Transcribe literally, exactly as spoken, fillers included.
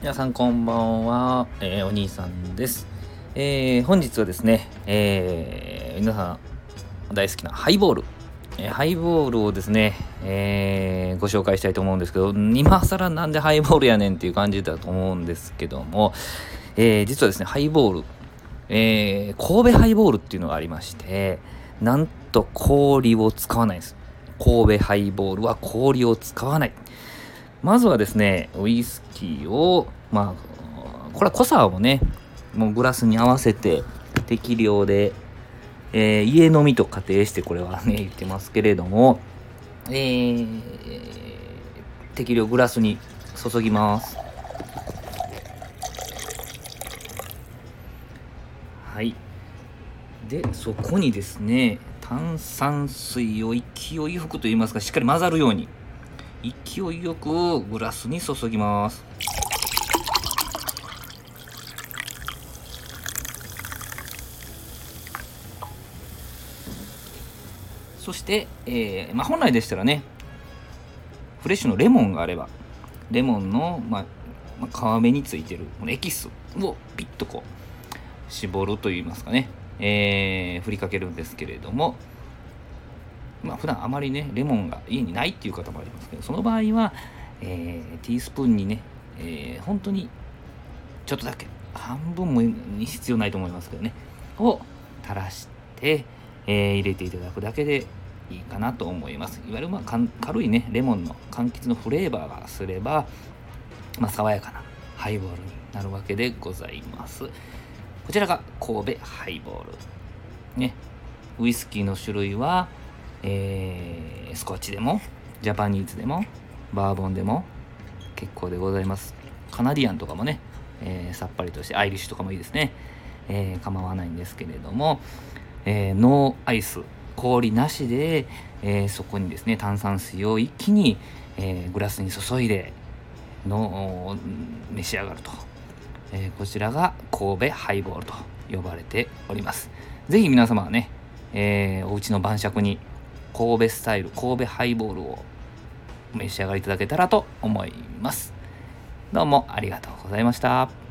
皆さんこんばんは、えー、お兄さんです。えー、本日はですね、えー、皆さん大好きなハイボール、えー、ハイボールをですね、えー、ご紹介したいと思うんですけど、今更なんでハイボールやねんっていう感じだと思うんですけども、えー、実はですねハイボール、えー、神戸ハイボールっていうのがありまして、なんと氷を使わないです。神戸ハイボールは氷を使わない。まずはですね、ウイスキーを、まあ、これは濃さをね、もうグラスに合わせて適量で、えー、家飲みと仮定してこれはね、言ってますけれども、えー、適量グラスに注ぎます。はい。で、そこにですね、炭酸水を勢いよくといいますか、しっかり混ざるように、勢いよくグラスに注ぎます。そして、えーまあ、本来でしたらね、フレッシュのレモンがあれば、レモンの、まあまあ、皮目についてるこのエキスをピッとこう絞るといいますかね、えー、振りかけるんですけれども、まあ普段あまりねレモンが家にないっていう方もありますけど、その場合は、えー、ティースプーンにね、えー、本当にちょっとだけ、半分もに必要ないと思いますけどね、を垂らして、えー、入れていただくだけでいいかなと思います。いわゆるまあ軽いねレモンの柑橘のフレーバーがすれば、まあ、爽やかなハイボールになるわけでございます。こちらが神戸ハイボールね。ウイスキーの種類は、えー、スコッチでもジャパニーズでもバーボンでも結構でございます。カナディアンとかもね、えー、さっぱりとしてアイリッシュとかもいいですね、えー、構わないんですけれども、えー、ノーアイス、氷なしで、えー、そこにですね炭酸水を一気に、えー、グラスに注いでの召し上がると、えー、こちらが神戸ハイボールと呼ばれております。ぜひ皆様はね、えー、お家の晩酌に神戸スタイル神戸ハイボールをお召し上がりいただけたらと思います。どうもありがとうございました。